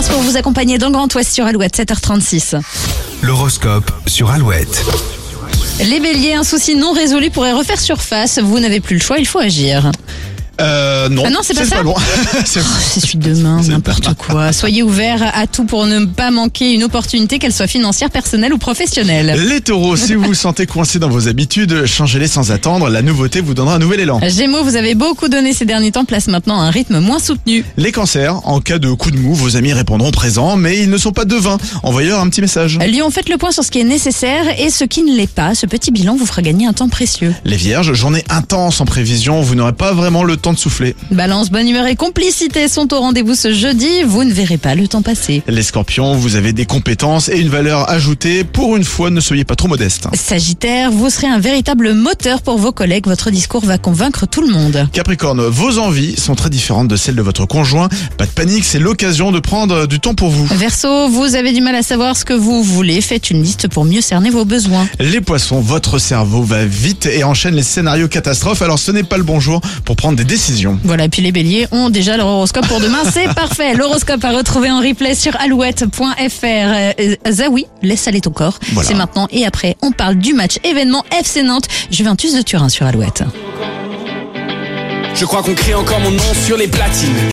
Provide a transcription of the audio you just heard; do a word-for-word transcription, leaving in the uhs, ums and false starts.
Stars pour vous accompagner dans le Grand Ouest sur Alouette, sept heures trente-six. L'horoscope sur Alouette. Les béliers, un souci non résolu pourrait refaire surface. Vous n'avez plus le choix, il faut agir. Euh, non. Ah non, c'est pas ça pas bon. c'est... Oh, c'est celui de demain, C'est n'importe quoi. Soyez ouverts à tout pour ne pas manquer une opportunité, qu'elle soit financière, personnelle ou professionnelle. Les taureaux, si vous vous sentez coincé dans vos habitudes, changez-les sans attendre. La nouveauté vous donnera un nouvel élan. Gémeaux, vous avez beaucoup donné ces derniers temps, place maintenant un rythme moins soutenu. Les cancers, en cas de coup de mou, vos amis répondront présents, mais ils ne sont pas devins. Envoyez-leur un petit message. Lion, faites le point sur ce qui est nécessaire et ce qui ne l'est pas. Ce petit bilan vous fera gagner un temps précieux. Les vierges, journée intense en prévision, vous n'aurez pas vraiment le temps de souffler. Balance, bonne humeur et complicité sont au rendez-vous ce jeudi. Vous ne verrez pas le temps passer. Les scorpions, vous avez des compétences et une valeur ajoutée. Pour une fois, ne soyez pas trop modeste. Sagittaire, vous serez un véritable moteur pour vos collègues. Votre discours va convaincre tout le monde. Capricorne, vos envies sont très différentes de celles de votre conjoint. Pas de panique, c'est l'occasion de prendre du temps pour vous. Verseau, vous avez du mal à savoir ce que vous voulez. Faites une liste pour mieux cerner vos besoins. Les poissons, votre cerveau va vite et enchaîne les scénarios catastrophes. Alors ce n'est pas le bon jour pour prendre des décisions. Voilà, et puis les béliers ont déjà leur horoscope pour demain, c'est parfait. L'horoscope à retrouver en replay sur alouette point f r. Euh, Zawi, laisse aller ton corps. Voilà. C'est maintenant et après, on parle du match événement F C Nantes, Juventus de Turin sur Alouette. Je crois qu'on crie encore mon nom sur les platines.